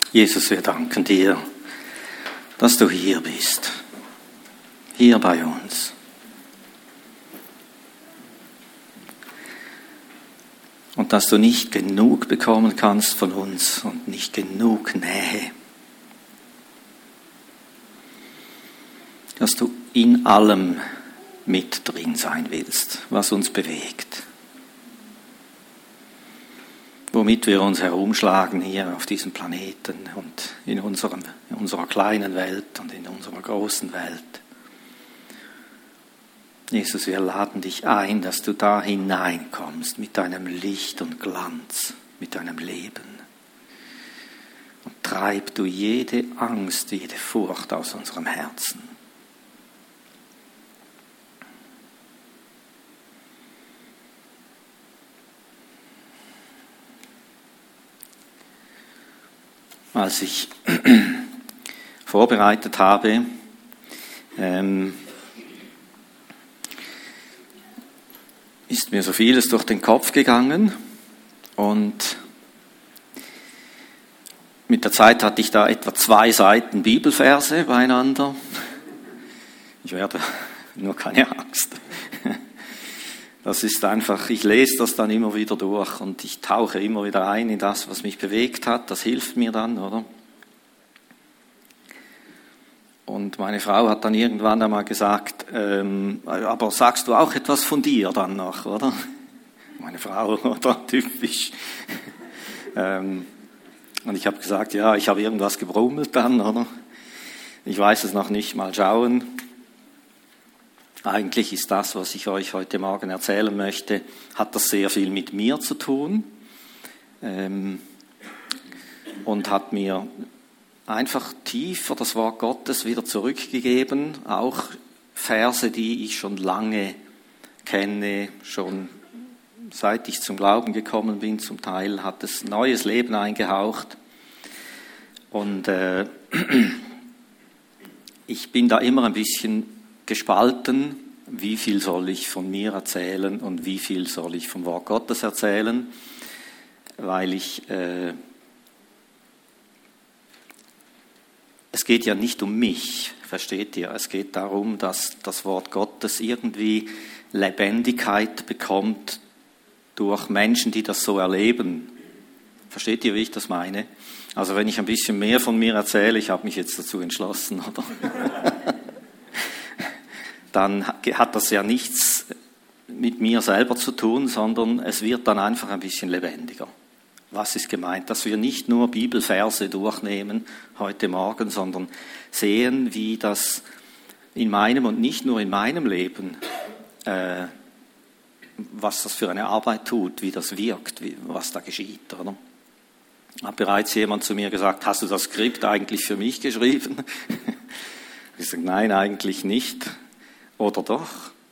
Jesus, wir danken dir, dass du hier bist, hier bei uns. Und dass du nicht genug bekommen kannst von uns und nicht genug Nähe. Dass du in allem mit drin sein willst, was uns bewegt. Womit wir uns herumschlagen hier auf diesem Planeten und in unserer kleinen Welt und in unserer großen Welt. Jesus, wir laden dich ein, dass du da hineinkommst mit deinem Licht und Glanz, mit deinem Leben. Und treib du jede Angst, jede Furcht aus unserem Herzen. Als ich vorbereitet habe, ist mir so vieles durch den Kopf gegangen und mit der Zeit hatte ich da etwa 2 Seiten Bibelverse beieinander. Ich werde nur keine Angst. Das ist einfach, ich lese das dann immer wieder durch und ich tauche immer wieder ein in das, was mich bewegt hat. Das hilft mir dann, oder? Und meine Frau hat dann irgendwann einmal gesagt, aber sagst du auch etwas von dir dann noch, oder? Meine Frau, oder? Typisch. Und ich habe gesagt, ja, ich habe irgendwas gebrummelt dann, oder? Ich weiß es noch nicht, mal schauen. Eigentlich ist das, was ich euch heute Morgen erzählen möchte, hat das sehr viel mit mir zu tun und hat mir einfach tiefer das Wort Gottes wieder zurückgegeben, auch Verse, die ich schon lange kenne, schon seit ich zum Glauben gekommen bin, zum Teil hat es neues Leben eingehaucht und ich bin da immer ein bisschen gespalten, wie viel soll ich von mir erzählen und wie viel soll ich vom Wort Gottes erzählen, weil es geht ja nicht um mich, versteht ihr? Es geht darum, dass das Wort Gottes irgendwie Lebendigkeit bekommt durch Menschen, die das so erleben. Versteht ihr, wie ich das meine? Also wenn ich ein bisschen mehr von mir erzähle, ich habe mich jetzt dazu entschlossen, oder? Dann hat das ja nichts mit mir selber zu tun, sondern es wird dann einfach ein bisschen lebendiger. Was ist gemeint? Dass wir nicht nur Bibelverse durchnehmen heute Morgen, sondern sehen, wie das in meinem und nicht nur in meinem Leben, was das für eine Arbeit tut, wie das wirkt, was da geschieht, oder? Hat bereits jemand zu mir gesagt, hast du das Skript eigentlich für mich geschrieben? Ich sage, nein, eigentlich nicht. Oder doch?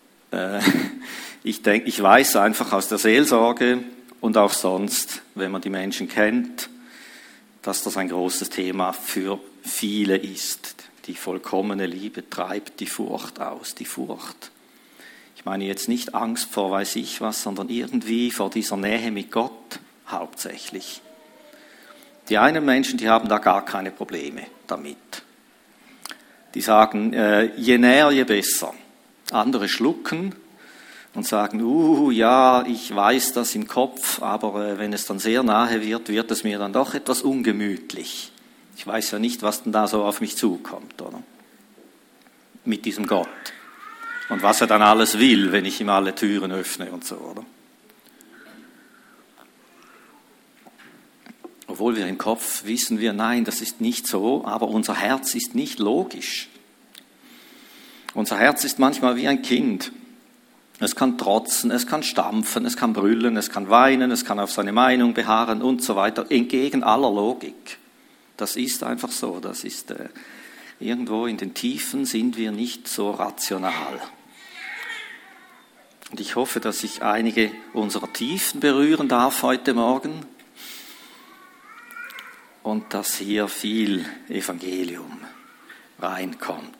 Ich denke, ich weiß einfach aus der Seelsorge und auch sonst, wenn man die Menschen kennt, dass das ein großes Thema für viele ist. Die vollkommene Liebe treibt die Furcht aus, die Furcht. Ich meine jetzt nicht Angst vor weiß ich was, sondern irgendwie vor dieser Nähe mit Gott hauptsächlich. Die einen Menschen, die haben da gar keine Probleme damit. Die sagen, je näher, je besser. Andere schlucken und sagen, ja, ich weiß das im Kopf, aber wenn es dann sehr nahe wird, wird es mir dann doch etwas ungemütlich. Ich weiß ja nicht, was denn da so auf mich zukommt, oder? Mit diesem Gott. Und was er dann alles will, wenn ich ihm alle Türen öffne und so, oder? Obwohl wir im Kopf wissen wir, nein, das ist nicht so, aber unser Herz ist nicht logisch. Unser Herz ist manchmal wie ein Kind. Es kann trotzen, es kann stampfen, es kann brüllen, es kann weinen, es kann auf seine Meinung beharren und so weiter, entgegen aller Logik. Das ist einfach so, das ist irgendwo in den Tiefen sind wir nicht so rational. Und ich hoffe, dass ich einige unserer Tiefen berühren darf heute Morgen und dass hier viel Evangelium reinkommt.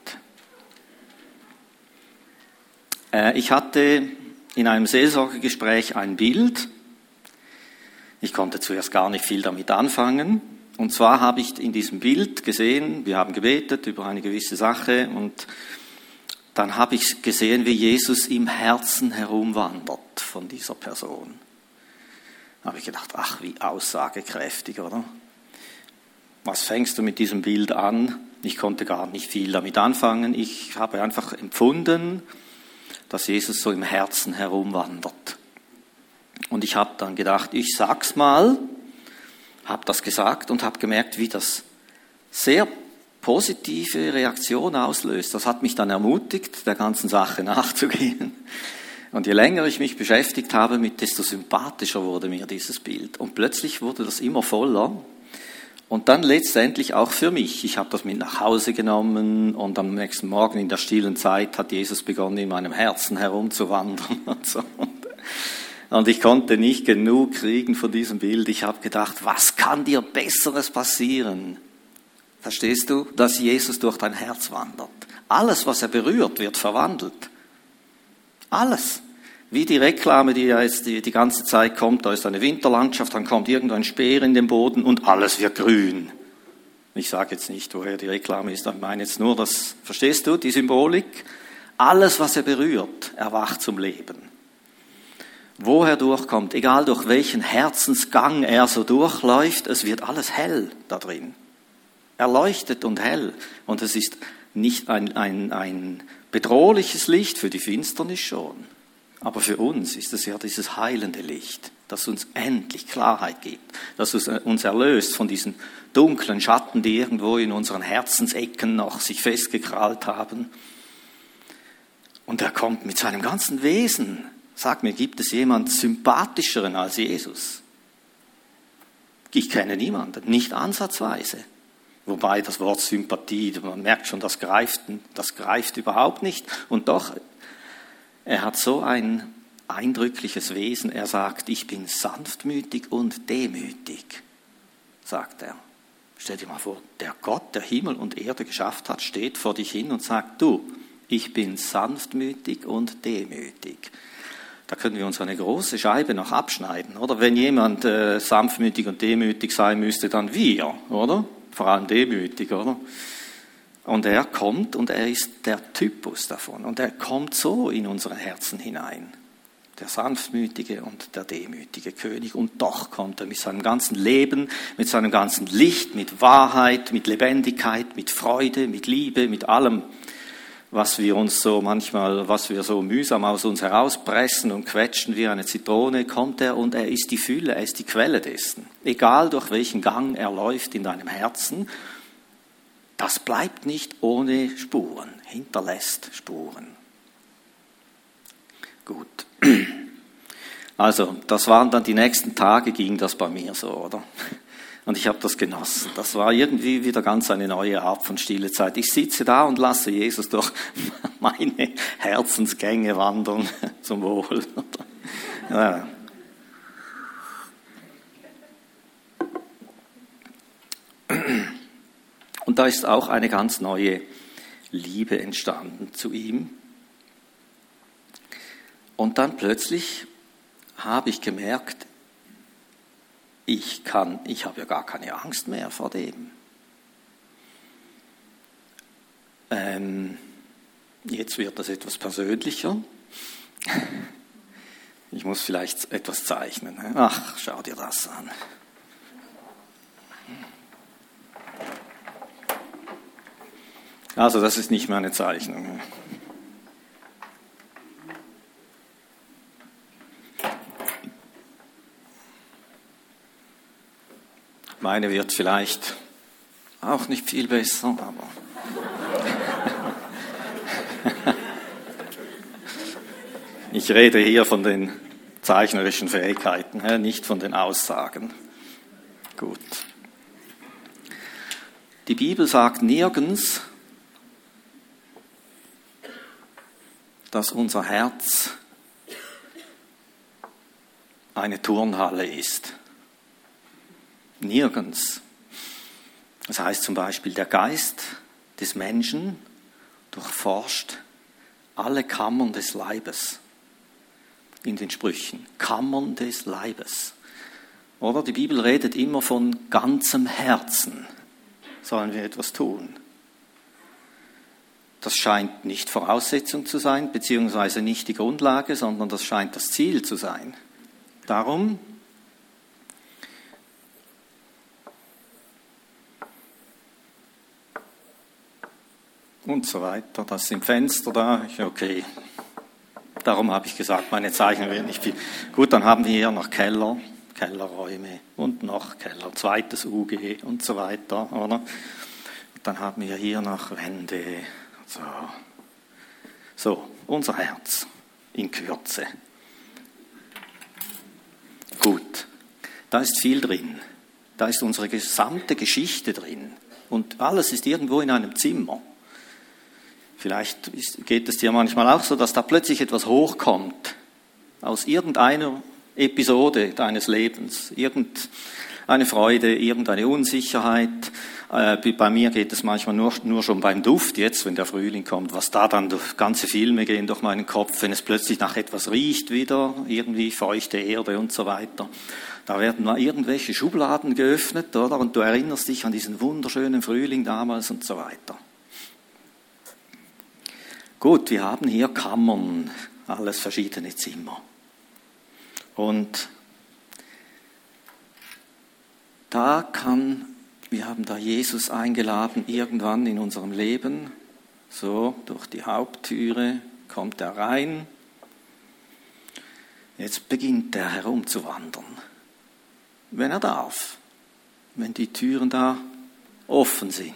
Ich hatte in einem Seelsorgegespräch ein Bild. Ich konnte zuerst gar nicht viel damit anfangen, Und zwar habe ich in diesem Bild gesehen, wir haben gebetet über eine gewisse Sache und dann habe ich gesehen, wie Jesus im Herzen herumwandert von dieser Person. Da habe ich gedacht, ach, wie aussagekräftig, oder? Was fängst du mit diesem Bild an? Ich konnte gar nicht viel damit anfangen. Ich habe einfach empfunden, dass Jesus so im Herzen herumwandert. Und ich habe dann gedacht, ich sag's mal, habe das gesagt und habe gemerkt, wie das sehr positive Reaktion auslöst. Das hat mich dann ermutigt, der ganzen Sache nachzugehen. Und je länger ich mich beschäftigt habe, desto sympathischer wurde mir dieses Bild. Und plötzlich wurde das immer voller. Und dann letztendlich auch für mich. Ich habe das mit nach Hause genommen und am nächsten Morgen in der stillen Zeit hat Jesus begonnen, in meinem Herzen herumzuwandern und so. Und ich konnte nicht genug kriegen von diesem Bild. Ich habe gedacht, was kann dir Besseres passieren? Verstehst du, dass Jesus durch dein Herz wandert? Alles, was er berührt, wird verwandelt. Alles. Wie die Reklame, die ja jetzt die ganze Zeit kommt, da ist eine Winterlandschaft, dann kommt irgendein Speer in den Boden und alles wird grün. Ich sage jetzt nicht, woher die Reklame ist, ich meine jetzt nur das, verstehst du, die Symbolik? Alles, was er berührt, erwacht zum Leben. Wo er durchkommt, egal durch welchen Herzensgang er so durchläuft, es wird alles hell da drin. Erleuchtet und hell. Und es ist nicht ein bedrohliches Licht, für die Finsternis schon. Aber für uns ist es ja dieses heilende Licht, das uns endlich Klarheit gibt, das uns erlöst von diesen dunklen Schatten, die irgendwo in unseren Herzensecken noch sich festgekrallt haben. Und er kommt mit seinem ganzen Wesen. Sag mir, gibt es jemand sympathischeren als Jesus? Ich kenne niemanden, nicht ansatzweise. Wobei das Wort Sympathie, man merkt schon, das greift überhaupt nicht. Und doch, er hat so ein eindrückliches Wesen. Er sagt, ich bin sanftmütig und demütig, sagt er. Stell dir mal vor, der Gott, der Himmel und Erde geschafft hat, steht vor dich hin und sagt, du, ich bin sanftmütig und demütig. Da können wir uns eine große Scheibe noch abschneiden, oder? Wenn jemand sanftmütig und demütig sein müsste, dann wir, oder? Vor allem demütig, oder? Und er kommt und er ist der Typus davon. Und er kommt so in unsere Herzen hinein. Der sanftmütige und der demütige König. Und doch kommt er mit seinem ganzen Leben, mit seinem ganzen Licht, mit Wahrheit, mit Lebendigkeit, mit Freude, mit Liebe, mit allem, was wir so mühsam aus uns herauspressen und quetschen wie eine Zitrone, kommt er und er ist die Fülle, er ist die Quelle dessen. Egal durch welchen Gang er läuft in deinem Herzen, das bleibt nicht ohne Spuren, hinterlässt Spuren. Gut. Also, das waren dann die nächsten Tage, ging das bei mir so, oder? Und ich habe das genossen. Das war irgendwie wieder ganz eine neue Art von stille Zeit. Ich sitze da und lasse Jesus durch meine Herzensgänge wandern, zum Wohl. Ja. Und da ist auch eine ganz neue Liebe entstanden zu ihm. Und dann plötzlich habe ich gemerkt, ich habe ja gar keine Angst mehr vor dem. Jetzt wird das etwas persönlicher. Ich muss vielleicht etwas zeichnen. Ach, schau dir das an. Also, das ist nicht meine Zeichnung. Meine wird vielleicht auch nicht viel besser, aber ich rede hier von den zeichnerischen Fähigkeiten, nicht von den Aussagen. Gut. Die Bibel sagt nirgends, dass unser Herz eine Turnhalle ist. Nirgends. Das heißt zum Beispiel, der Geist des Menschen durchforscht alle Kammern des Leibes in den Sprüchen. Kammern des Leibes. Oder? Die Bibel redet immer von ganzem Herzen. Sollen wir etwas tun? Das scheint nicht Voraussetzung zu sein, beziehungsweise nicht die Grundlage, sondern das scheint das Ziel zu sein. Darum und so weiter. Das sind Fenster da. Okay. Darum habe ich gesagt, meine Zeichnung wird nicht viel. Gut, dann haben wir hier noch Kellerräume und noch Keller, zweites UG und so weiter, oder? Dann haben wir hier noch Wände. So, unser Herz in Kürze. Gut, da ist viel drin. Da ist unsere gesamte Geschichte drin. Und alles ist irgendwo in einem Zimmer. Vielleicht geht es dir manchmal auch so, dass da plötzlich etwas hochkommt aus irgendeiner Episode deines Lebens. Irgendeine Freude, irgendeine Unsicherheit. Bei mir geht es manchmal nur schon beim Duft, jetzt, wenn der Frühling kommt, was da dann durch ganze Filme gehen durch meinen Kopf, wenn es plötzlich nach etwas riecht wieder, irgendwie feuchte Erde und so weiter. Da werden mal irgendwelche Schubladen geöffnet, oder? Und du erinnerst dich an diesen wunderschönen Frühling damals und so weiter. Gut, wir haben hier Kammern, alles verschiedene Zimmer. Und wir haben da Jesus eingeladen, irgendwann in unserem Leben, so durch die Haupttüre kommt er rein. Jetzt beginnt er herumzuwandern, wenn er darf, wenn die Türen da offen sind.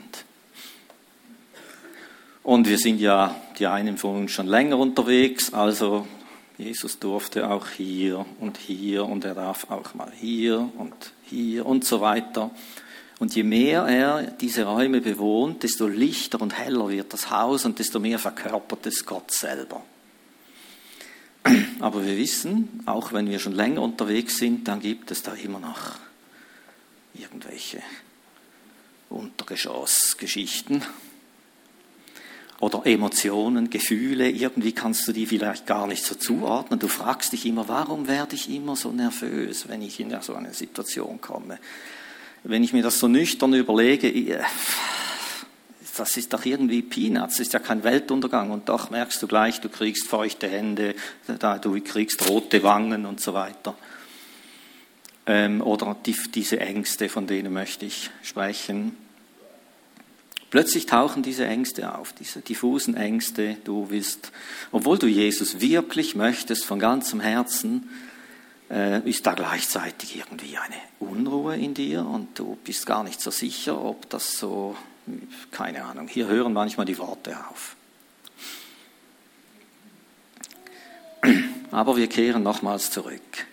Und wir sind ja, die einen von uns schon länger unterwegs, also Jesus durfte auch hier und er darf auch mal hier und so weiter. Und je mehr er diese Räume bewohnt, desto lichter und heller wird das Haus und desto mehr verkörpert es Gott selber. Aber wir wissen, auch wenn wir schon länger unterwegs sind, dann gibt es da immer noch irgendwelche Untergeschossgeschichten. Oder Emotionen, Gefühle, irgendwie kannst du die vielleicht gar nicht so zuordnen. Du fragst dich immer, warum werde ich immer so nervös, wenn ich in so eine Situation komme? Wenn ich mir das so nüchtern überlege, das ist doch irgendwie Peanuts, das ist ja kein Weltuntergang. Und doch merkst du gleich, du kriegst feuchte Hände, du kriegst rote Wangen und so weiter. Oder diese Ängste, von denen möchte ich sprechen. Plötzlich tauchen diese Ängste auf, diese diffusen Ängste. Du willst, obwohl du Jesus wirklich möchtest, von ganzem Herzen, ist da gleichzeitig irgendwie eine Unruhe in dir und du bist gar nicht so sicher, ob das so, keine Ahnung, hier hören manchmal die Worte auf. Aber wir kehren nochmals zurück.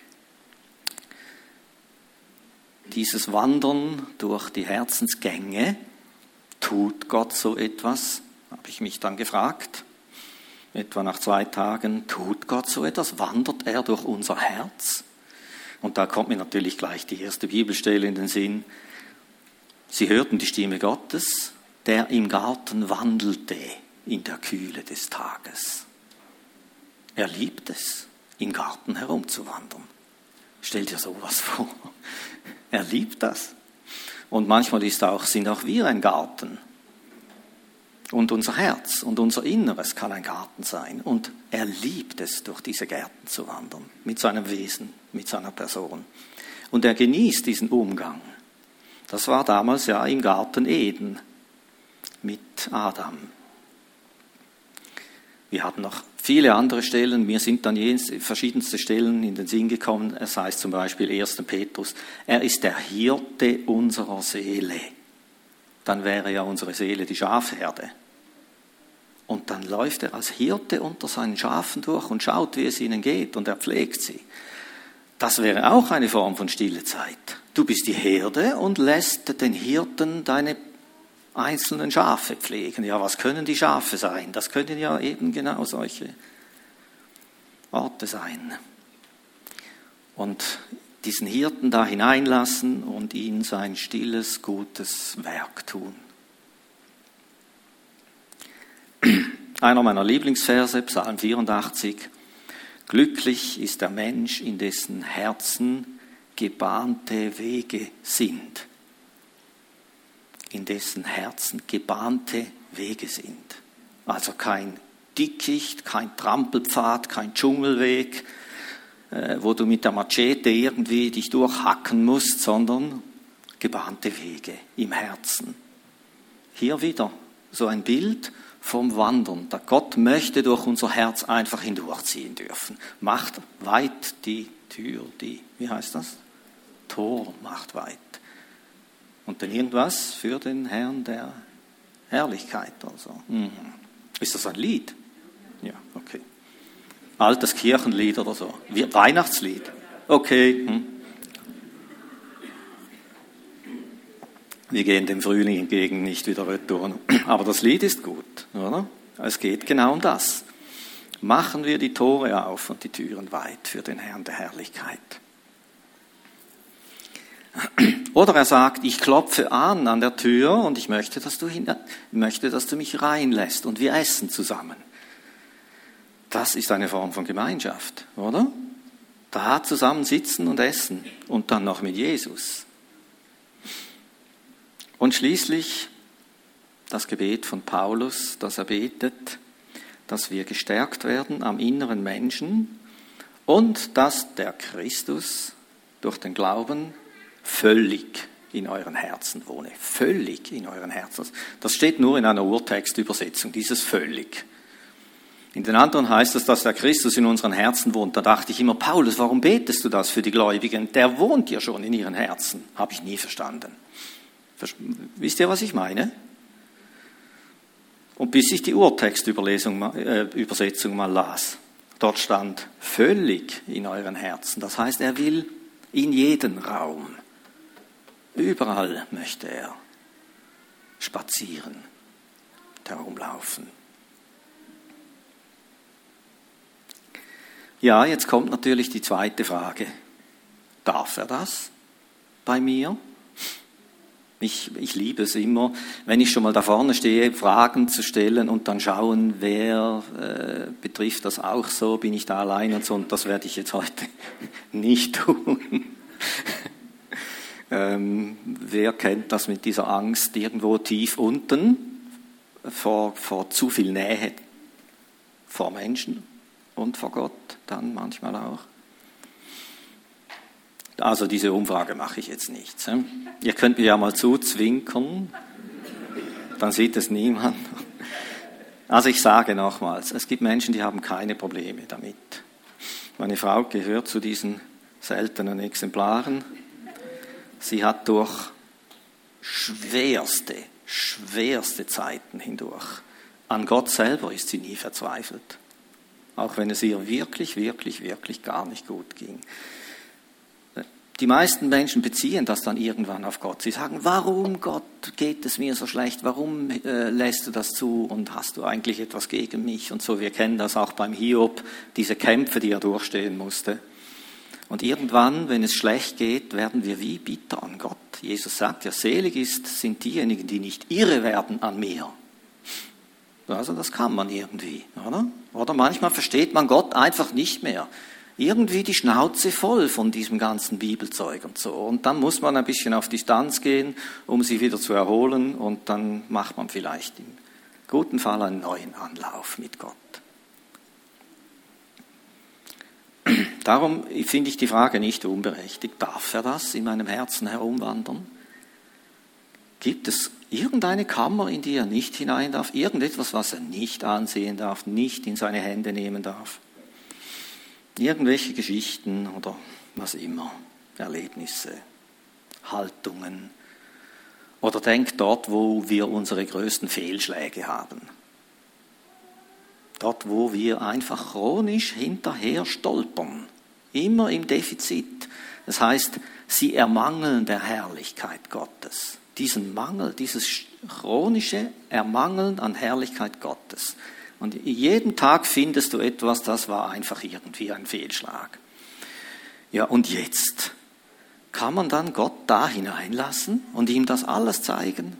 Dieses Wandern durch die Herzensgänge, tut Gott so etwas? Habe ich mich dann gefragt. Etwa nach 2 Tagen, tut Gott so etwas? Wandert er durch unser Herz? Und da kommt mir natürlich gleich die erste Bibelstelle in den Sinn. Sie hörten die Stimme Gottes, der im Garten wandelte in der Kühle des Tages. Er liebt es, im Garten herumzuwandern. Stell dir sowas vor. Er liebt das. Und manchmal sind auch wir ein Garten. Und unser Herz und unser Inneres kann ein Garten sein. Und er liebt es, durch diese Gärten zu wandern, mit seinem Wesen, mit seiner Person. Und er genießt diesen Umgang. Das war damals ja im Garten Eden mit Adam. Wir haben noch viele andere Stellen, mir sind dann verschiedenste Stellen in den Sinn gekommen. Es heißt zum Beispiel 1. Petrus, er ist der Hirte unserer Seele. Dann wäre ja unsere Seele die Schafherde. Und dann läuft er als Hirte unter seinen Schafen durch und schaut, wie es ihnen geht und er pflegt sie. Das wäre auch eine Form von stille Zeit. Du bist die Herde und lässt den Hirten deine einzelnen Schafe pflegen. Ja, was können die Schafe sein? Das können ja eben genau solche Orte sein. Und diesen Hirten da hineinlassen und ihn sein stilles, gutes Werk tun. Einer meiner Lieblingsverse, Psalm 84. Glücklich ist der Mensch, in dessen Herzen gebahnte Wege sind. In dessen Herzen gebahnte Wege sind. Also kein Dickicht, kein Trampelpfad, kein Dschungelweg, wo du mit der Machete irgendwie dich durchhacken musst, sondern gebahnte Wege im Herzen. Hier wieder so ein Bild vom Wandern. Der Gott möchte durch unser Herz einfach hindurchziehen dürfen. Macht weit die Tür, wie heißt das? Tor macht weit. Und dann irgendwas für den Herrn der Herrlichkeit. Also. Ist das ein Lied? Ja, okay. Altes Kirchenlied oder so. Weihnachtslied? Okay. Wir gehen dem Frühling entgegen, nicht wieder retour. Aber das Lied ist gut, oder? Es geht genau um das. Machen wir die Tore auf und die Türen weit für den Herrn der Herrlichkeit. Oder er sagt, ich klopfe an der Tür und ich möchte, dass du mich reinlässt und wir essen zusammen. Das ist eine Form von Gemeinschaft, oder? Da zusammen sitzen und essen und dann noch mit Jesus. Und schließlich das Gebet von Paulus, das er betet, dass wir gestärkt werden am inneren Menschen und dass der Christus durch den Glauben völlig in euren Herzen wohne. Völlig in euren Herzen. Das steht nur in einer Urtextübersetzung, dieses völlig. In den anderen heißt es, dass der Christus in unseren Herzen wohnt. Da dachte ich immer, Paulus, warum betest du das für die Gläubigen? Der wohnt ja schon in ihren Herzen. Habe ich nie verstanden. Wisst ihr, was ich meine? Und bis ich die Urtextübersetzung mal las, dort stand völlig in euren Herzen. Das heißt, er will in jeden Raum, überall möchte er spazieren, herumlaufen. Ja, jetzt kommt natürlich die zweite Frage. Darf er das bei mir? Ich liebe es immer, wenn ich schon mal da vorne stehe, Fragen zu stellen und dann schauen, wer betrifft das auch so, bin ich da allein und so. Und das werde ich jetzt heute nicht tun. Wer kennt das mit dieser Angst irgendwo tief unten vor zu viel Nähe vor Menschen und vor Gott dann manchmal auch? Also diese Umfrage mache ich jetzt nicht. Ihr könnt mir ja mal zuzwinkern, dann sieht es niemand. Also ich sage nochmals, es gibt Menschen, die haben keine Probleme damit. Meine Frau gehört zu diesen seltenen Exemplaren. Sie hat durch schwerste Zeiten hindurch, an Gott selber ist sie nie verzweifelt. Auch wenn es ihr wirklich gar nicht gut ging. Die meisten Menschen beziehen das dann irgendwann auf Gott. Sie sagen, warum Gott geht es mir so schlecht? Warum lässt du das zu? Und hast du eigentlich etwas gegen mich? Und so, wir kennen das auch beim Hiob, diese Kämpfe, die er durchstehen musste. Und irgendwann, wenn es schlecht geht, werden wir wie bitter an Gott. Jesus sagt ja, selig sind diejenigen, die nicht irre werden an mir. Also das kann man irgendwie, oder? Oder manchmal versteht man Gott einfach nicht mehr. Irgendwie die Schnauze voll von diesem ganzen Bibelzeug und so. Und dann muss man ein bisschen auf Distanz gehen, um sich wieder zu erholen. Und dann macht man vielleicht im guten Fall einen neuen Anlauf mit Gott. Darum finde ich die Frage nicht unberechtigt. Darf er das in meinem Herzen herumwandern? Gibt es irgendeine Kammer, in die er nicht hinein darf? Irgendetwas, was er nicht ansehen darf, nicht in seine Hände nehmen darf? Irgendwelche Geschichten oder was immer, Erlebnisse, Haltungen. Oder denkt dort, wo wir unsere größten Fehlschläge haben. Dort, wo wir einfach chronisch hinterher stolpern. Immer im Defizit. Das heißt, sie ermangeln der Herrlichkeit Gottes. Diesen Mangel, dieses chronische Ermangeln an Herrlichkeit Gottes. Und jeden Tag findest du etwas, das war einfach irgendwie ein Fehlschlag. Ja, und jetzt kann man dann Gott da hineinlassen und ihm das alles zeigen?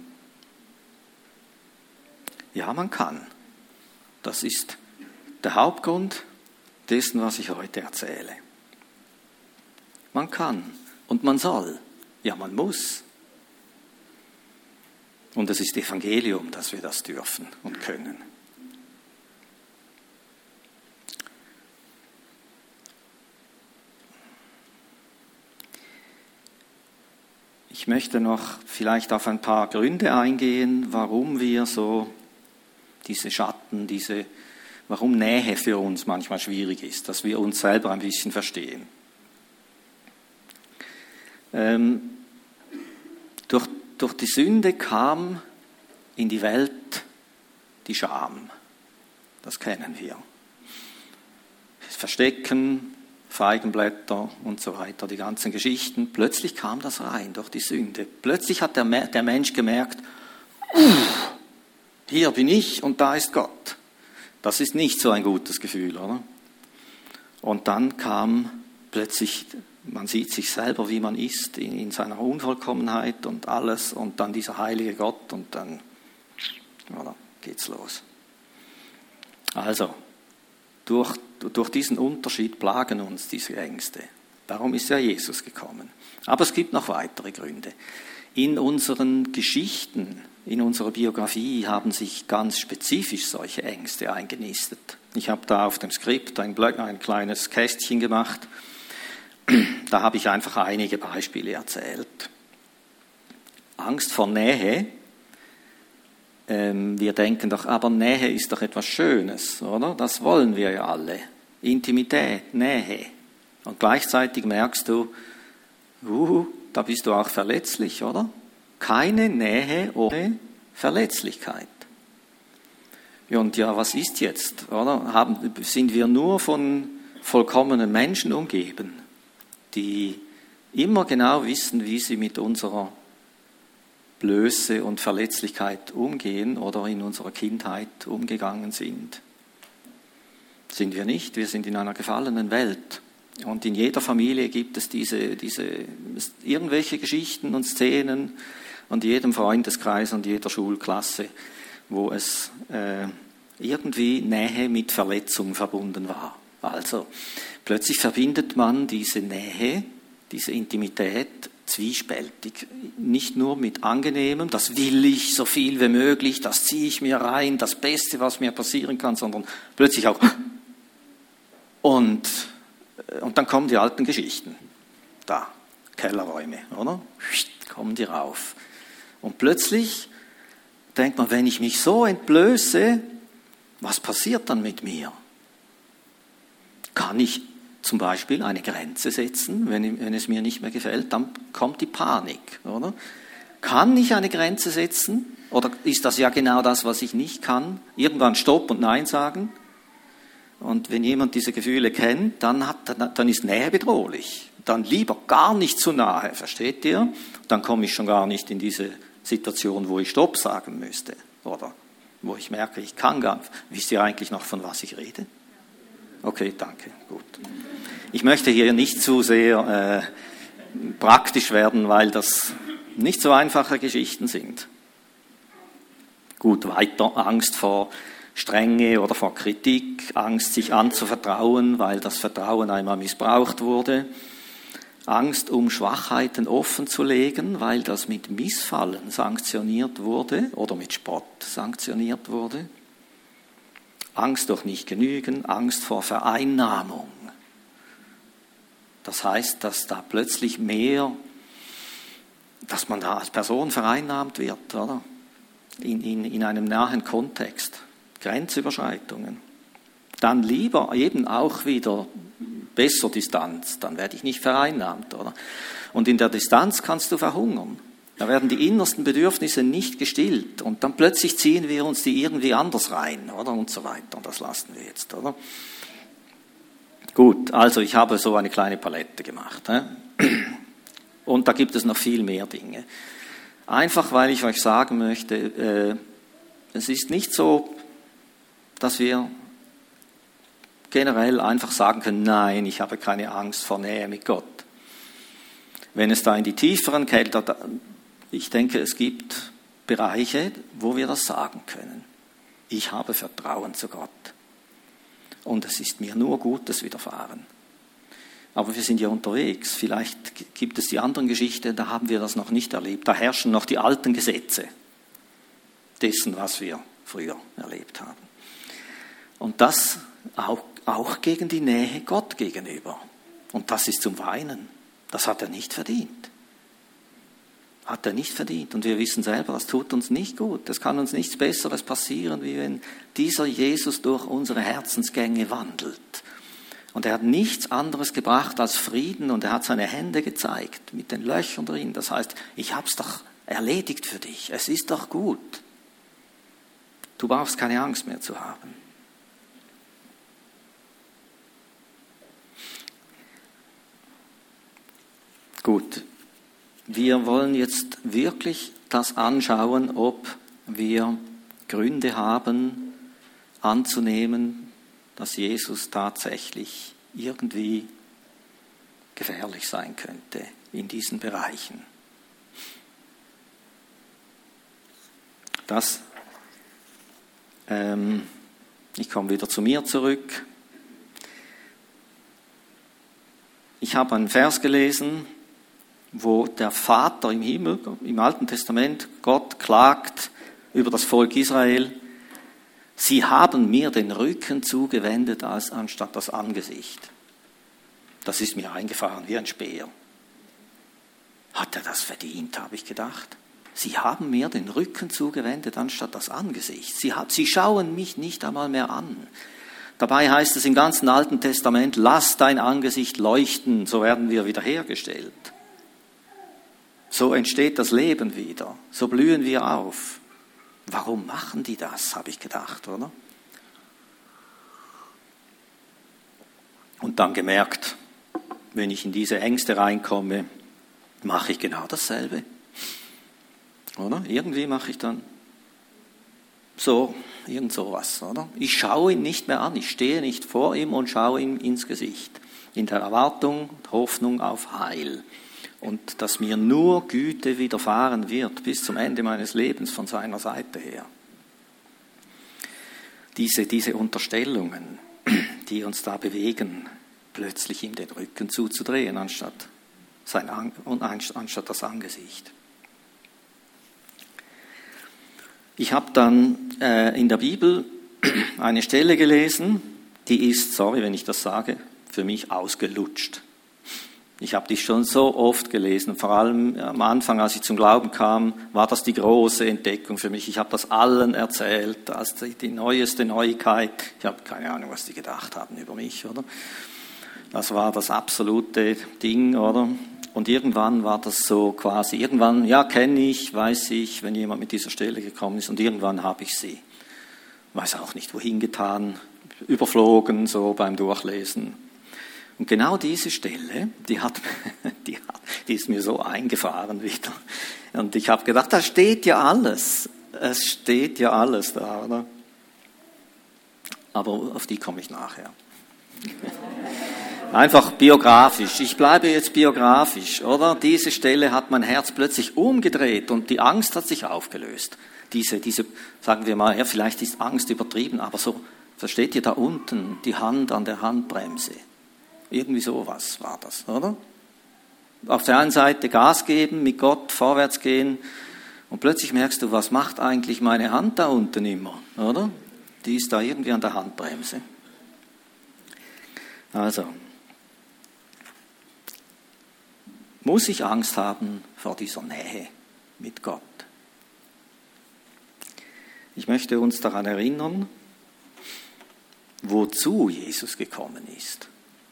Ja, man kann. Das ist der Hauptgrund dessen, was ich heute erzähle. Man kann. Und man soll. Ja, man muss. Und es ist Evangelium, dass wir das dürfen und können. Ich möchte noch vielleicht auf ein paar Gründe eingehen, warum wir so diese Schatten, warum Nähe für uns manchmal schwierig ist, dass wir uns selber ein bisschen verstehen. Durch die Sünde kam in die Welt die Scham. Das kennen wir. Das Verstecken, Feigenblätter und so weiter, die ganzen Geschichten. Plötzlich kam das rein durch die Sünde. Plötzlich hat der Mensch gemerkt, hier bin ich und da ist Gott. Das ist nicht so ein gutes Gefühl, oder? Und dann kam plötzlich, man sieht sich selber, wie man ist, in seiner Unvollkommenheit und alles, und dann dieser heilige Gott, und dann geht's los. Also, durch diesen Unterschied plagen uns diese Ängste. Darum ist ja Jesus gekommen. Aber es gibt noch weitere Gründe. In unseren Geschichten, in unserer Biografie haben sich ganz spezifisch solche Ängste eingenistet. Ich habe da auf dem Skript ein kleines Kästchen gemacht. Da habe ich einfach einige Beispiele erzählt. Angst vor Nähe. Wir denken doch, aber Nähe ist doch etwas Schönes, oder? Das wollen wir ja alle. Intimität, Nähe. Und gleichzeitig merkst du, da bist du auch verletzlich, oder? Keine Nähe ohne Verletzlichkeit. Und ja, was ist jetzt, oder? Sind wir nur von vollkommenen Menschen umgeben, die immer genau wissen, wie sie mit unserer Blöße und Verletzlichkeit umgehen oder in unserer Kindheit umgegangen sind? Sind wir nicht. Wir sind in einer gefallenen Welt. Und in jeder Familie gibt es diese irgendwelche Geschichten und Szenen, und jedem Freundeskreis und jeder Schulklasse, wo es irgendwie Nähe mit Verletzung verbunden war. Also plötzlich verbindet man diese Nähe, diese Intimität zwiespältig. Nicht nur mit Angenehmem, das will ich so viel wie möglich, das ziehe ich mir rein, das Beste, was mir passieren kann, sondern plötzlich auch und dann kommen die alten Geschichten. Da, Kellerräume, oder? Kommen die rauf. Und plötzlich denkt man, wenn ich mich so entblöße, was passiert dann mit mir? Kann ich zum Beispiel eine Grenze setzen, wenn es mir nicht mehr gefällt? Dann kommt die Panik, oder? Kann ich eine Grenze setzen? Oder ist das ja genau das, was ich nicht kann? Irgendwann Stopp und Nein sagen? Und wenn jemand diese Gefühle kennt, dann ist Nähe bedrohlich. Dann lieber gar nicht zu nahe, versteht ihr? Dann komme ich schon gar nicht in diese Situation, wo ich Stopp sagen müsste. Oder wo ich merke, ich kann gar nicht. Wisst ihr eigentlich noch, von was ich rede? Okay, danke, gut. Ich möchte hier nicht zu sehr praktisch werden, weil das nicht so einfache Geschichten sind. Gut, weiter, Angst vor Strenge oder vor Kritik, Angst, sich anzuvertrauen, weil das Vertrauen einmal missbraucht wurde, Angst, um Schwachheiten offen zu legen, weil das mit Missfallen sanktioniert wurde oder mit Spott sanktioniert wurde, Angst durch Nicht-Genügen, Angst vor Vereinnahmung. Das heißt, dass da plötzlich dass man da als Person vereinnahmt wird, oder? In einem nahen Kontext. Grenzüberschreitungen. Dann lieber eben auch wieder besser Distanz, dann werde ich nicht vereinnahmt, oder? Und in der Distanz kannst du verhungern. Da werden die innersten Bedürfnisse nicht gestillt und dann plötzlich ziehen wir uns die irgendwie anders rein, oder? Und so weiter. Und das lassen wir jetzt, oder? Gut, also ich habe so eine kleine Palette gemacht. Und da gibt es noch viel mehr Dinge. Einfach, weil ich euch sagen möchte, es ist nicht so, dass wir generell einfach sagen können, nein, ich habe keine Angst vor Nähe mit Gott. Wenn es da in die tieferen Kälte, ich denke, es gibt Bereiche, wo wir das sagen können. Ich habe Vertrauen zu Gott. Und es ist mir nur Gutes widerfahren. Aber wir sind ja unterwegs. Vielleicht gibt es die anderen Geschichten, da haben wir das noch nicht erlebt. Da herrschen noch die alten Gesetze dessen, was wir früher erlebt haben. Und das auch gegen die Nähe Gott gegenüber. Und das ist zum Weinen. Das hat er nicht verdient. Hat er nicht verdient. Und wir wissen selber, das tut uns nicht gut. Es kann uns nichts Besseres passieren, wie wenn dieser Jesus durch unsere Herzensgänge wandelt. Und er hat nichts anderes gebracht als Frieden und er hat seine Hände gezeigt mit den Löchern drin. Das heißt, ich habe es doch erledigt für dich. Es ist doch gut. Du brauchst keine Angst mehr zu haben. Gut, wir wollen jetzt wirklich das anschauen, ob wir Gründe haben, anzunehmen, dass Jesus tatsächlich irgendwie gefährlich sein könnte in diesen Bereichen. Ich komme wieder zu mir zurück. Ich habe einen Vers gelesen, wo der Vater im Himmel, im Alten Testament, Gott klagt über das Volk Israel. Sie haben mir den Rücken zugewendet anstatt das Angesicht. Das ist mir eingefahren wie ein Speer. Hat er das verdient, habe ich gedacht. Sie haben mir den Rücken zugewendet anstatt das Angesicht. Sie schauen mich nicht einmal mehr an. Dabei heißt es im ganzen Alten Testament, lass dein Angesicht leuchten, so werden wir wiederhergestellt. So entsteht das Leben wieder, so blühen wir auf. Warum machen die das, habe ich gedacht, oder? Und dann gemerkt, wenn ich in diese Ängste reinkomme, mache ich genau dasselbe. Oder? Irgendwie mache ich dann irgend sowas, oder? Ich schaue ihn nicht mehr an, ich stehe nicht vor ihm und schaue ihm ins Gesicht. In der Erwartung und Hoffnung auf Heil. Und dass mir nur Güte widerfahren wird bis zum Ende meines Lebens von seiner Seite her. Diese Unterstellungen, die uns da bewegen, plötzlich ihm den Rücken zuzudrehen, anstatt das Angesicht. Ich habe dann in der Bibel eine Stelle gelesen, die ist, sorry, wenn ich das sage, für mich ausgelutscht. Ich habe die schon so oft gelesen, vor allem am Anfang, als ich zum Glauben kam, war das die große Entdeckung für mich. Ich habe das allen erzählt, als die neueste Neuigkeit. Ich habe keine Ahnung, was die gedacht haben über mich, oder? Das war das absolute Ding, oder? Und irgendwann war das so quasi, ja, kenne ich, weiß ich, wenn jemand mit dieser Stelle gekommen ist, und irgendwann habe ich sie, weiß auch nicht wohin getan, überflogen, so beim Durchlesen. Und genau diese Stelle, die ist mir so eingefahren wieder. Und ich habe gedacht, da steht ja alles. Es steht ja alles da, oder? Aber auf die komme ich nachher. Einfach biografisch. Ich bleibe jetzt biografisch, oder? Diese Stelle hat mein Herz plötzlich umgedreht und die Angst hat sich aufgelöst. Diese, sagen wir mal, ja, vielleicht ist Angst übertrieben, aber so, versteht ihr da unten, die Hand an der Handbremse? Irgendwie sowas war das, oder? Auf der einen Seite Gas geben, mit Gott vorwärts gehen und plötzlich merkst du, was macht eigentlich meine Hand da unten immer, oder? Die ist da irgendwie an der Handbremse. Also, muss ich Angst haben vor dieser Nähe mit Gott? Ich möchte uns daran erinnern, wozu Jesus gekommen ist.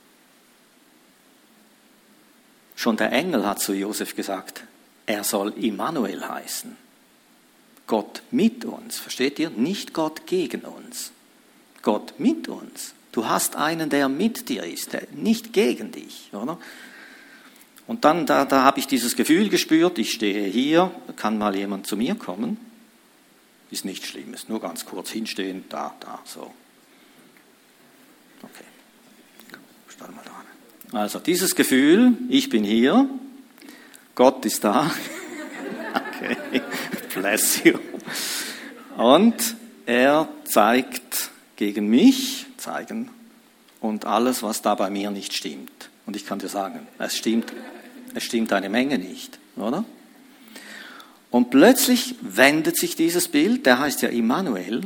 Schon der Engel hat zu Josef gesagt, er soll Immanuel heißen. Gott mit uns, versteht ihr? Nicht Gott gegen uns. Gott mit uns. Du hast einen, der mit dir ist, der nicht gegen dich, oder? Und dann, da habe ich dieses Gefühl gespürt, ich stehe hier, kann mal jemand zu mir kommen? Ist nichts Schlimmes, nur ganz kurz hinstehen, da, so. Okay, stell mal da. Also dieses Gefühl, ich bin hier, Gott ist da, okay, bless you. Und er zeigt gegen mich, und alles, was da bei mir nicht stimmt. Und ich kann dir sagen, es stimmt eine Menge nicht, oder? Und plötzlich wendet sich dieses Bild, der heißt ja Immanuel.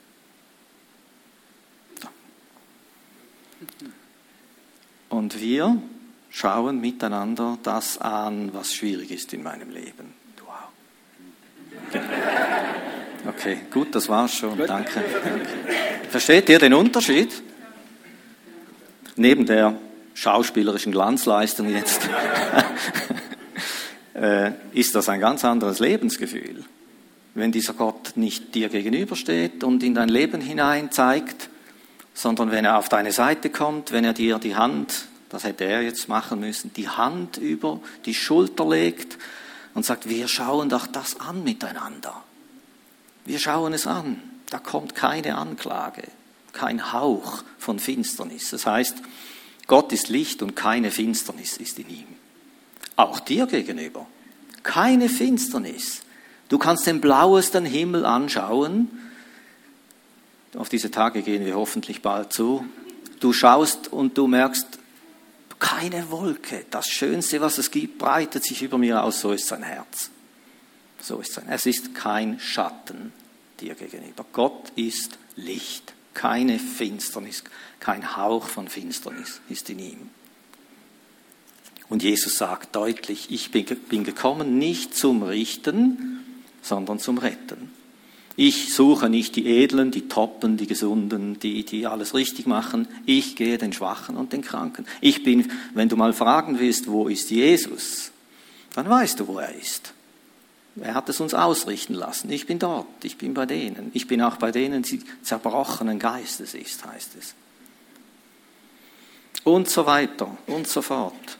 Und wir schauen miteinander das an, was schwierig ist in meinem Leben. Wow. Okay, gut, das war's schon. Danke. Versteht ihr den Unterschied? Neben der schauspielerischen Glanzleistung jetzt ist das ein ganz anderes Lebensgefühl. Wenn dieser Gott nicht dir gegenübersteht und in dein Leben hinein zeigt, sondern wenn er auf deine Seite kommt, wenn er dir die Hand, das hätte er jetzt machen müssen, die Hand über die Schulter legt und sagt, wir schauen doch das an miteinander. Wir schauen es an. Da kommt keine Anklage, kein Hauch von Finsternis. Das heißt, Gott ist Licht und keine Finsternis ist in ihm. Auch dir gegenüber. Keine Finsternis. Du kannst den blauesten Himmel anschauen. Auf diese Tage gehen wir hoffentlich bald zu. Du schaust und du merkst, keine Wolke. Das Schönste, was es gibt, breitet sich über mir aus. So ist sein Herz. So ist sein. Es ist kein Schatten dir gegenüber. Gott ist Licht. Keine Finsternis, kein Hauch von Finsternis ist in ihm. Und Jesus sagt deutlich, ich bin gekommen nicht zum Richten, sondern zum Retten. Ich suche nicht die Edlen, die Toppen, die Gesunden, die alles richtig machen. Ich gehe den Schwachen und den Kranken. Ich bin, wenn du mal fragen willst, wo ist Jesus, dann weißt du, wo er ist. Er hat es uns ausrichten lassen. Ich bin dort, ich bin bei denen. Ich bin auch bei denen, die zerbrochenen Geistes ist, heißt es. Und so weiter und so fort.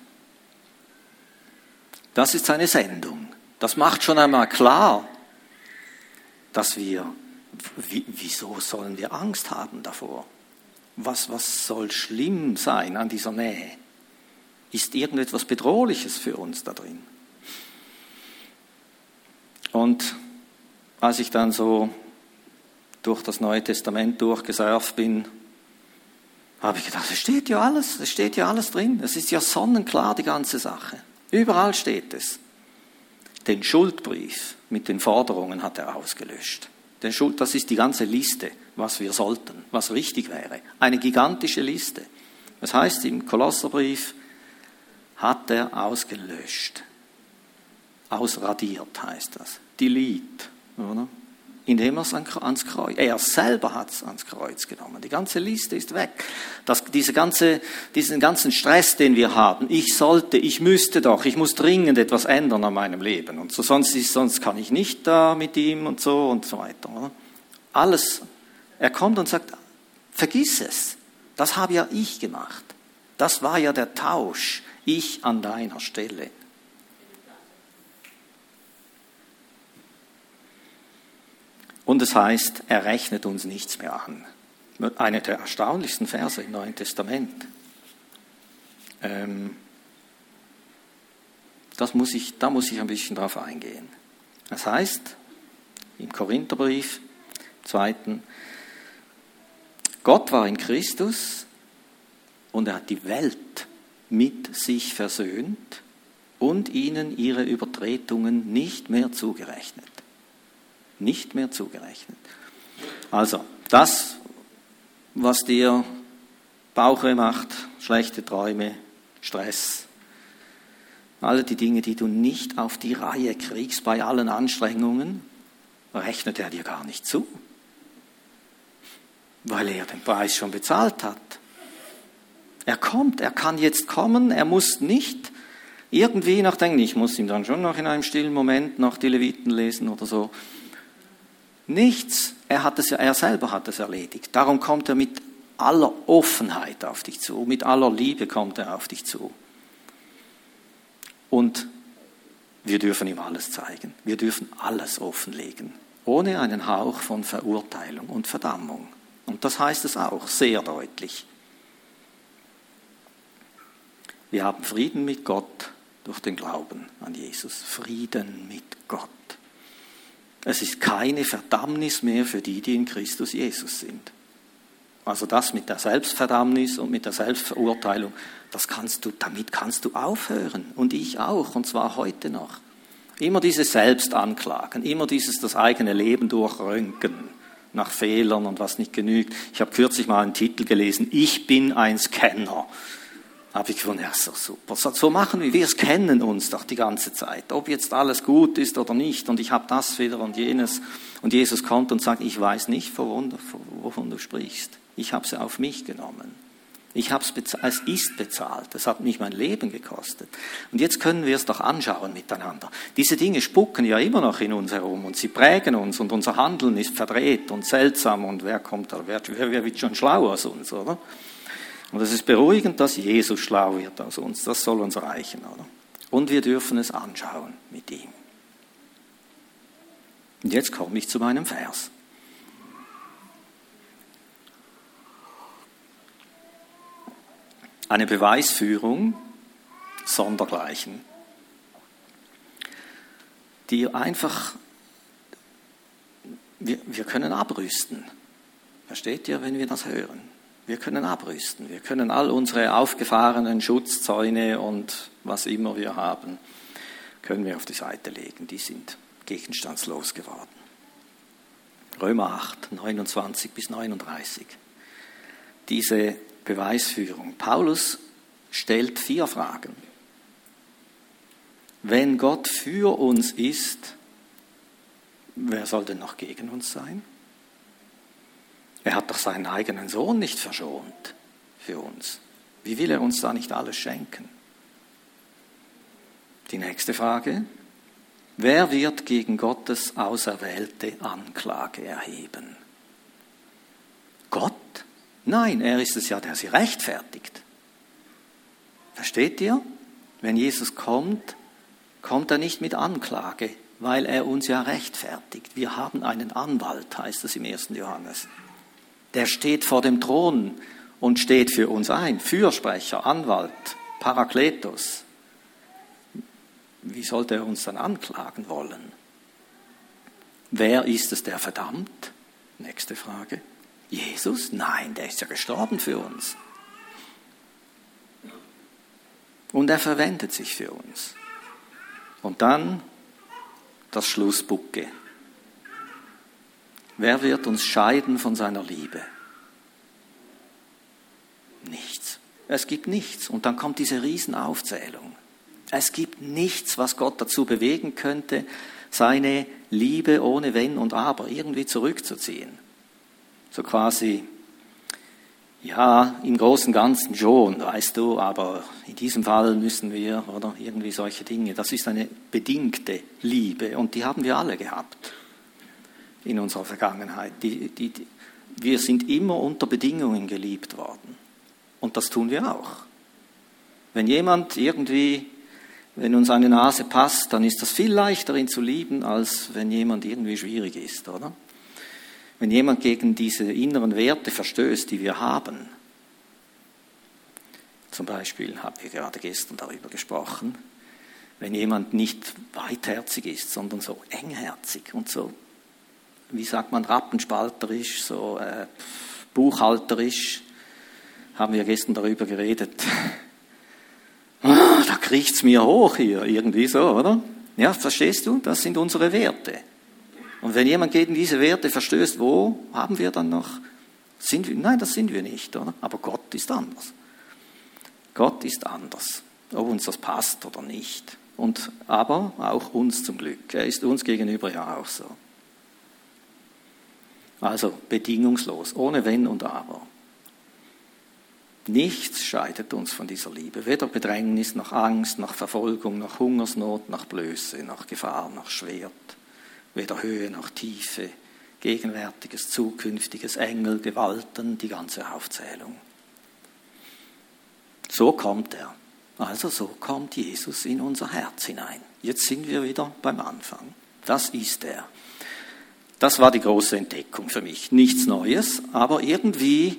Das ist seine Sendung. Das macht schon einmal klar, dass wieso sollen wir Angst haben davor? Was soll schlimm sein an dieser Nähe? Ist irgendetwas Bedrohliches für uns da drin? Und als ich dann so durch das Neue Testament durchgesurft bin, habe ich gedacht, es steht ja alles drin. Es ist ja sonnenklar, die ganze Sache. Überall steht es. Den Schuldbrief mit den Forderungen hat er ausgelöscht. Das ist die ganze Liste, was wir sollten, was richtig wäre. Eine gigantische Liste. Das heißt, im Kolosserbrief hat er ausgelöscht. Ausradiert heißt das. Delete, oder? Indem er es ans Kreuz, er selber hat es ans Kreuz genommen. Die ganze Liste ist weg. Diesen ganzen Stress, den wir haben, ich müsste doch, ich muss dringend etwas ändern an meinem Leben. Und so, sonst kann ich nicht da mit ihm und so weiter. Oder? Alles. Er kommt und sagt, vergiss es. Das habe ja ich gemacht. Das war ja der Tausch. Ich an deiner Stelle. Und es heißt, er rechnet uns nichts mehr an. Einer der erstaunlichsten Verse im Neuen Testament. Da muss ich ein bisschen drauf eingehen. Das heißt, im Korintherbrief, 2. Gott war in Christus und er hat die Welt mit sich versöhnt und ihnen ihre Übertretungen nicht mehr zugerechnet. Nicht mehr zugerechnet. Also, das, was dir Bauchweh macht, schlechte Träume, Stress, alle die Dinge, die du nicht auf die Reihe kriegst bei allen Anstrengungen, rechnet er dir gar nicht zu, weil er den Preis schon bezahlt hat. Er kommt, er kann jetzt kommen, er muss nicht irgendwie nachdenken, ich muss ihm dann schon noch in einem stillen Moment noch die Leviten lesen oder so. Nichts, er selber hat es erledigt. Darum kommt er mit aller Offenheit auf dich zu, mit aller Liebe kommt er auf dich zu. Und wir dürfen ihm alles zeigen, wir dürfen alles offenlegen, ohne einen Hauch von Verurteilung und Verdammung. Und das heißt es auch sehr deutlich. Wir haben Frieden mit Gott durch den Glauben an Jesus. Frieden mit Gott. Es ist keine Verdammnis mehr für die in Christus Jesus sind. Also das mit der Selbstverdammnis und mit der Selbstverurteilung, damit kannst du aufhören. Und ich auch, und zwar heute noch. Immer dieses Selbstanklagen, immer dieses das eigene Leben durchröntgen nach Fehlern und was nicht genügt. Ich habe kürzlich mal einen Titel gelesen, ich bin ein Scanner. Habe ich gefunden, ja, so super. So machen wir scannen uns doch die ganze Zeit, ob jetzt alles gut ist oder nicht. Und ich habe das wieder und jenes. Und Jesus kommt und sagt, ich weiß nicht, wovon du sprichst. Ich habe es auf mich genommen. Es ist bezahlt. Es hat mich mein Leben gekostet. Und jetzt können wir es doch anschauen miteinander. Diese Dinge spucken ja immer noch in uns herum und sie prägen uns und unser Handeln ist verdreht und seltsam und wer wird schon schlau aus uns, oder? Und es ist beruhigend, dass Jesus schlau wird aus uns. Das soll uns reichen, oder? Und wir dürfen es anschauen mit ihm. Und jetzt komme ich zu meinem Vers. Eine Beweisführung sondergleichen, die einfach, wir können abrüsten. Versteht ihr, wenn wir das hören? Wir können abrüsten. Wir können all unsere aufgefahrenen Schutzzäune und was immer wir haben, können wir auf die Seite legen. Die sind gegenstandslos geworden. Römer 8, 29 bis 39. Diese Beweisführung. Paulus stellt 4 Fragen. Wenn Gott für uns ist, wer soll denn noch gegen uns sein? Er hat doch seinen eigenen Sohn nicht verschont für uns. Wie will er uns da nicht alles schenken? Die nächste Frage. Wer wird gegen Gottes auserwählte Anklage erheben? Gott? Nein, er ist es ja, der sie rechtfertigt. Versteht ihr? Wenn Jesus kommt, kommt er nicht mit Anklage, weil er uns ja rechtfertigt. Wir haben einen Anwalt, heißt es im 1. Johannes. Der steht vor dem Thron und steht für uns ein. Fürsprecher, Anwalt, Parakletos. Wie sollte er uns dann anklagen wollen? Wer ist es, der verdammt? Nächste Frage. Jesus? Nein, der ist ja gestorben für uns. Und er verwendet sich für uns. Und dann das Schlussbucke. Wer wird uns scheiden von seiner Liebe? Nichts. Es gibt nichts. Und dann kommt diese Riesenaufzählung. Es gibt nichts, was Gott dazu bewegen könnte, seine Liebe ohne Wenn und Aber irgendwie zurückzuziehen. So quasi, ja, im Großen und Ganzen schon, weißt du, aber in diesem Fall müssen wir, oder irgendwie solche Dinge. Das ist eine bedingte Liebe und die haben wir alle gehabt in unserer Vergangenheit. Wir sind immer unter Bedingungen geliebt worden. Und das tun wir auch. Wenn jemand irgendwie, wenn uns eine Nase passt, dann ist das viel leichter, ihn zu lieben, als wenn jemand irgendwie schwierig ist, oder? Wenn jemand gegen diese inneren Werte verstößt, die wir haben. Zum Beispiel haben wir gerade gestern darüber gesprochen, wenn jemand nicht weitherzig ist, sondern so engherzig und so, wie sagt man, rappenspalterisch, so buchhalterisch, haben wir gestern darüber geredet. Da kriecht's mir hoch hier, irgendwie so, oder? Ja, verstehst du? Das sind unsere Werte. Und wenn jemand gegen diese Werte verstößt, wo haben wir dann noch? Nein, das sind wir nicht, oder? Aber Gott ist anders. Gott ist anders, ob uns das passt oder nicht. Aber auch uns zum Glück. Er ist uns gegenüber ja auch so. Also bedingungslos, ohne Wenn und Aber. Nichts scheidet uns von dieser Liebe. Weder Bedrängnis, noch Angst, noch Verfolgung, noch Hungersnot, noch Blöße, noch Gefahr, noch Schwert. Weder Höhe noch Tiefe, Gegenwärtiges, Zukünftiges, Engel, Gewalten, die ganze Aufzählung. So kommt er. Also so kommt Jesus in unser Herz hinein. Jetzt sind wir wieder beim Anfang. Das ist er. Das war die große Entdeckung für mich. Nichts Neues, aber irgendwie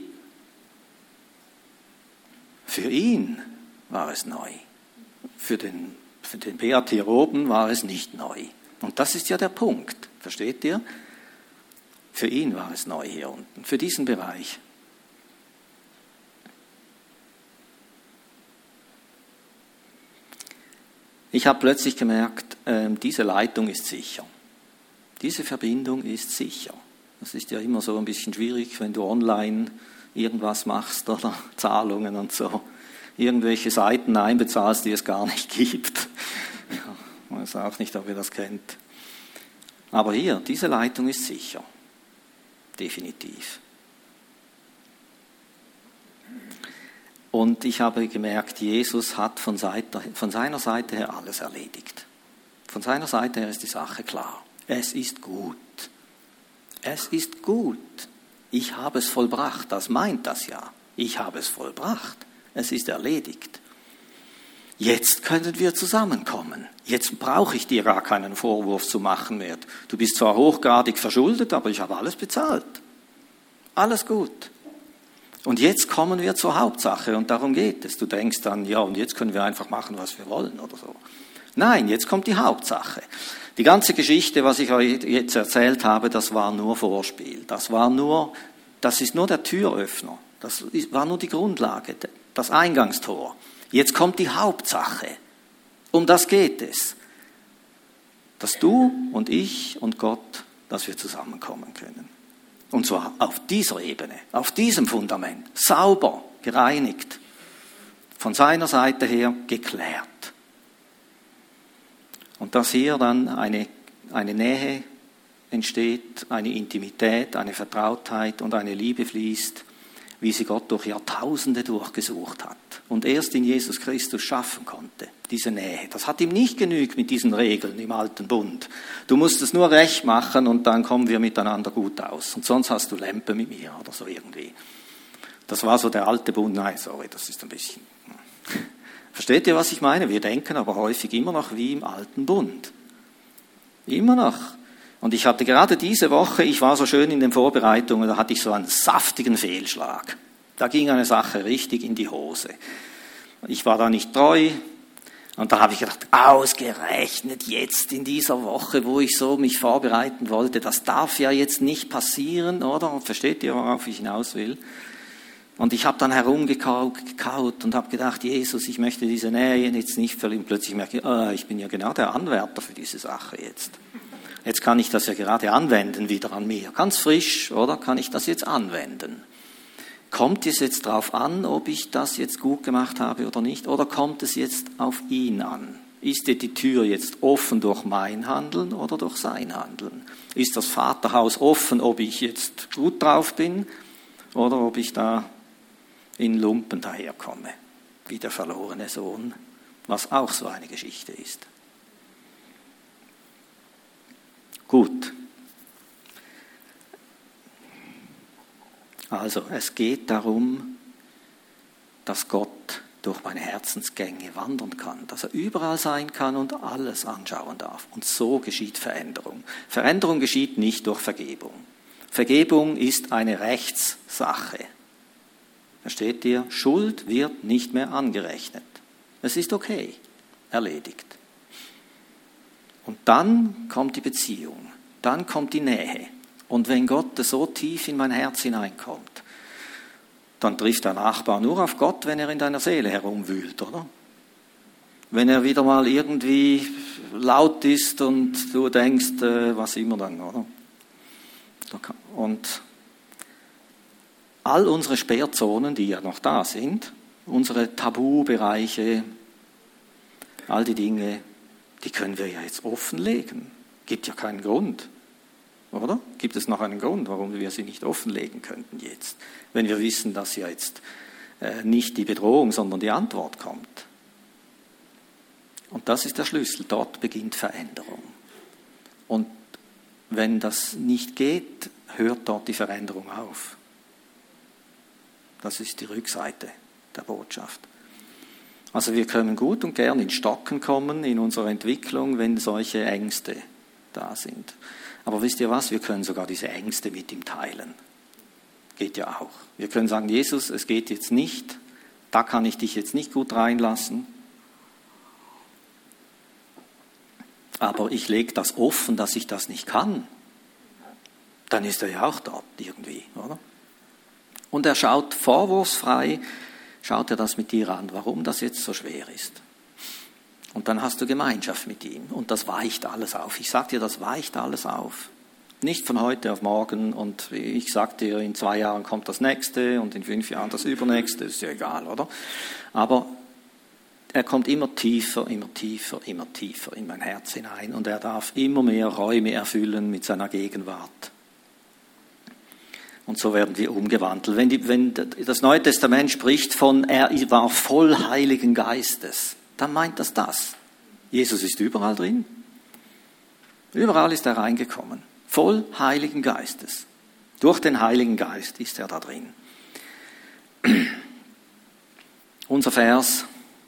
für ihn war es neu. Für den Beat hier oben war es nicht neu. Und das ist ja der Punkt, versteht ihr? Für ihn war es neu hier unten, für diesen Bereich. Ich habe plötzlich gemerkt, diese Leitung ist sicher. Diese Verbindung ist sicher. Das ist ja immer so ein bisschen schwierig, wenn du online irgendwas machst oder Zahlungen und so. Irgendwelche Seiten einbezahlst, die es gar nicht gibt. Ja, ich weiß auch nicht, ob ihr das kennt. Aber hier, diese Leitung ist sicher. Definitiv. Und ich habe gemerkt, Jesus hat von seiner Seite her alles erledigt. Von seiner Seite her ist die Sache klar. Es ist gut. Es ist gut. Ich habe es vollbracht. Das meint das ja. Ich habe es vollbracht. Es ist erledigt. Jetzt können wir zusammenkommen. Jetzt brauche ich dir gar keinen Vorwurf zu machen mehr. Du bist zwar hochgradig verschuldet, aber ich habe alles bezahlt. Alles gut. Und jetzt kommen wir zur Hauptsache und darum geht es. Du denkst dann, ja, und jetzt können wir einfach machen, was wir wollen oder so. Nein, jetzt kommt die Hauptsache. Die ganze Geschichte, was ich euch jetzt erzählt habe, das war nur Vorspiel. Das ist nur der Türöffner. Das war nur die Grundlage, das Eingangstor. Jetzt kommt die Hauptsache. Um das geht es. Dass du und ich und Gott, dass wir zusammenkommen können. Und zwar auf dieser Ebene, auf diesem Fundament, sauber, gereinigt, von seiner Seite her geklärt. Und dass hier dann eine Nähe entsteht, eine Intimität, eine Vertrautheit und eine Liebe fließt, wie sie Gott durch Jahrtausende durchgesucht hat und erst in Jesus Christus schaffen konnte, diese Nähe. Das hat ihm nicht genügt mit diesen Regeln im alten Bund. Du musst es nur recht machen und dann kommen wir miteinander gut aus. Und sonst hast du Lempe mit mir oder so irgendwie. Das war so der alte Bund. Nein, sorry, das ist ein bisschen... Versteht ihr, was ich meine? Wir denken aber häufig immer noch wie im alten Bund. Immer noch. Und ich hatte gerade diese Woche, ich war so schön in den Vorbereitungen, da hatte ich so einen saftigen Fehlschlag. Da ging eine Sache richtig in die Hose. Ich war da nicht treu und da habe ich gedacht, ausgerechnet jetzt in dieser Woche, wo ich so mich vorbereiten wollte, das darf ja jetzt nicht passieren, oder? Versteht ihr, worauf ich hinaus will? Und ich habe dann herumgekaut und habe gedacht, Jesus, ich möchte diese Nähe jetzt nicht verlieren. Plötzlich merke ich, ich bin ja genau der Anwärter für diese Sache jetzt. Jetzt kann ich das ja gerade anwenden wieder an mir. Ganz frisch, oder? Kann ich das jetzt anwenden? Kommt es jetzt darauf an, ob ich das jetzt gut gemacht habe oder nicht? Oder kommt es jetzt auf ihn an? Ist die Tür jetzt offen durch mein Handeln oder durch sein Handeln? Ist das Vaterhaus offen, ob ich jetzt gut drauf bin oder ob ich da in Lumpen daherkomme, wie der verlorene Sohn, was auch so eine Geschichte ist. Gut. Also, es geht darum, dass Gott durch meine Herzensgänge wandern kann, dass er überall sein kann und alles anschauen darf. Und so geschieht Veränderung. Veränderung geschieht nicht durch Vergebung. Vergebung ist eine Rechtssache. Versteht ihr? Schuld wird nicht mehr angerechnet. Es ist okay, erledigt. Und dann kommt die Beziehung, dann kommt die Nähe. Und wenn Gott so tief in mein Herz hineinkommt, dann trifft der Nachbar nur auf Gott, wenn er in deiner Seele herumwühlt, oder? Wenn er wieder mal irgendwie laut ist und du denkst, was immer dann, oder? Und all unsere Sperrzonen, die ja noch da sind, unsere Tabubereiche, all die Dinge, die können wir ja jetzt offenlegen. Gibt ja keinen Grund, oder? Gibt es noch einen Grund, warum wir sie nicht offenlegen könnten jetzt, wenn wir wissen, dass ja jetzt nicht die Bedrohung, sondern die Antwort kommt. Und das ist der Schlüssel, dort beginnt Veränderung. Und wenn das nicht geht, hört dort die Veränderung auf. Das ist die Rückseite der Botschaft. Also wir können gut und gern in Stocken kommen in unserer Entwicklung, wenn solche Ängste da sind. Aber wisst ihr was? Wir können sogar diese Ängste mit ihm teilen. Geht ja auch. Wir können sagen, Jesus, es geht jetzt nicht, da kann ich dich jetzt nicht gut reinlassen. Aber ich lege das offen, dass ich das nicht kann. Dann ist er ja auch dort irgendwie, oder? Und er schaut vorwurfsfrei, schaut er das mit dir an, warum das jetzt so schwer ist. Und dann hast du Gemeinschaft mit ihm. Und das weicht alles auf. Ich sage dir, das weicht alles auf. Nicht von heute auf morgen. Und ich sage dir, in 2 Jahren kommt das nächste und in 5 Jahren das übernächste. Ist ja egal, oder? Aber er kommt immer tiefer, immer tiefer, immer tiefer in mein Herz hinein. Und er darf immer mehr Räume erfüllen mit seiner Gegenwart. Und so werden wir umgewandelt. Wenn das Neue Testament spricht von, er war voll Heiligen Geistes, dann meint das. Jesus ist überall drin. Überall ist er reingekommen. Voll Heiligen Geistes. Durch den Heiligen Geist ist er da drin. Unser Vers: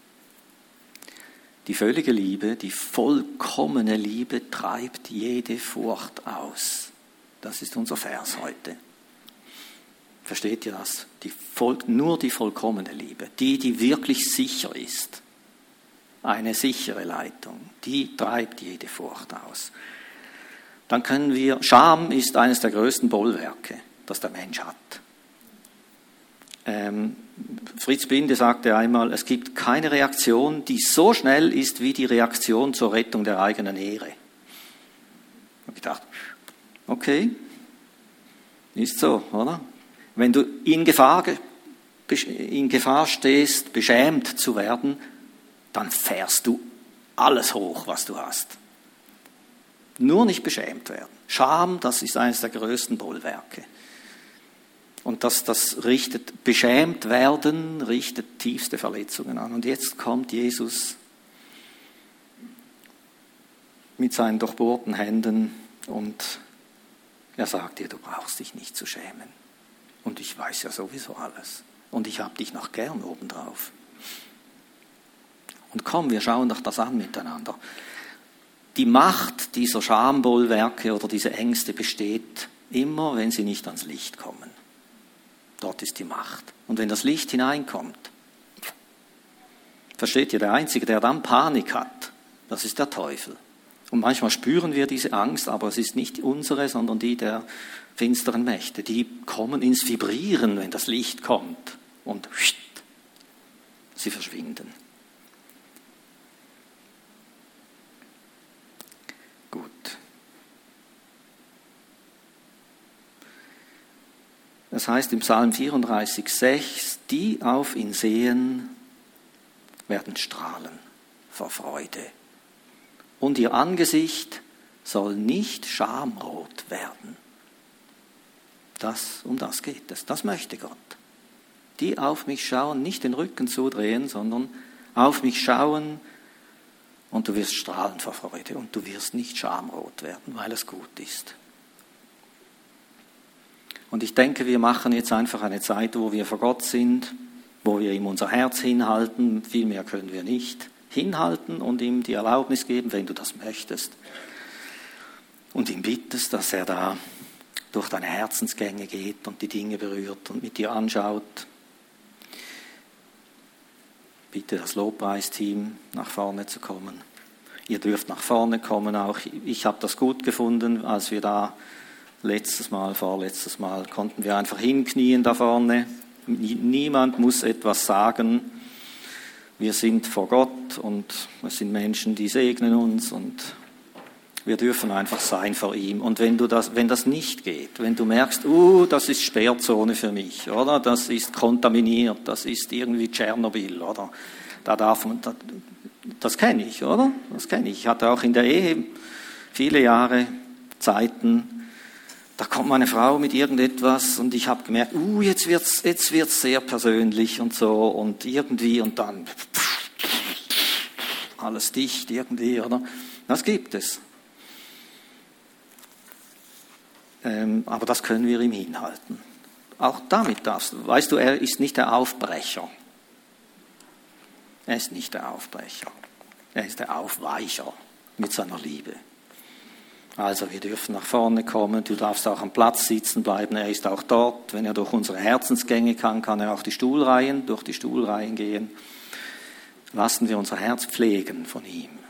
Die völlige Liebe, die vollkommene Liebe treibt jede Furcht aus. Das ist unser Vers heute. Versteht ihr das? Nur die vollkommene Liebe, die wirklich sicher ist. Eine sichere Leitung, die treibt jede Furcht aus. Dann können wir, Scham ist eines der größten Bollwerke, das der Mensch hat. Fritz Binde sagte einmal, es gibt keine Reaktion, die so schnell ist wie die Reaktion zur Rettung der eigenen Ehre. Ich habe gedacht, okay, ist so, oder? Wenn du in Gefahr stehst, beschämt zu werden, dann fährst du alles hoch, was du hast. Nur nicht beschämt werden. Scham, das ist eines der größten Bollwerke. Und das richtet, beschämt werden, richtet tiefste Verletzungen an. Und jetzt kommt Jesus mit seinen durchbohrten Händen und er sagt dir, du brauchst dich nicht zu schämen. Und ich weiß ja sowieso alles. Und ich habe dich noch gern obendrauf. Und komm, wir schauen doch das an miteinander. Die Macht dieser Schambollwerke oder diese Ängste besteht immer, wenn sie nicht ans Licht kommen. Dort ist die Macht. Und wenn das Licht hineinkommt, versteht ihr, der Einzige, der dann Panik hat, das ist der Teufel. Und manchmal spüren wir diese Angst, aber es ist nicht unsere, sondern die der finsteren Mächte. Die kommen ins Vibrieren, wenn das Licht kommt. Und sie verschwinden. Gut. Das heißt im Psalm 34,6, die auf ihn sehen, werden strahlen vor Freude. Und ihr Angesicht soll nicht schamrot werden. Um das geht es. Das möchte Gott. Die auf mich schauen, nicht den Rücken zudrehen, sondern auf mich schauen und du wirst strahlen vor Freude und du wirst nicht schamrot werden, weil es gut ist. Und ich denke, wir machen jetzt einfach eine Zeit, wo wir vor Gott sind, wo wir ihm unser Herz hinhalten, viel mehr können wir nicht hinhalten und ihm die Erlaubnis geben, wenn du das möchtest. Und ihm bittest, dass er da durch deine Herzensgänge geht und die Dinge berührt und mit dir anschaut. Bitte das Lobpreisteam nach vorne zu kommen. Ihr dürft nach vorne kommen auch. Ich habe das gut gefunden, als wir da vorletztes Mal, konnten wir einfach hinknien da vorne. Niemand muss etwas sagen. Wir sind vor Gott und es sind Menschen, die segnen uns und wir dürfen einfach sein vor ihm. Und wenn das nicht geht, wenn du merkst, das ist Sperrzone für mich, oder? Das ist kontaminiert, das ist irgendwie Tschernobyl, oder? Das kenne ich, oder? Das kenne ich. Ich hatte auch in der Ehe viele Jahre Zeiten, da kommt meine Frau mit irgendetwas und ich habe gemerkt, jetzt wird's sehr persönlich und so und irgendwie und dann alles dicht irgendwie, oder? Das gibt es. Aber das können wir ihm hinhalten. Auch damit darfst du. Weißt du, er ist nicht der Aufbrecher. Er ist nicht der Aufbrecher. Er ist der Aufweicher mit seiner Liebe. Also wir dürfen nach vorne kommen. Du darfst auch am Platz sitzen bleiben. Er ist auch dort. Wenn er durch unsere Herzensgänge kann er auch durch die Stuhlreihen gehen. Lassen wir unser Herz pflegen von ihm.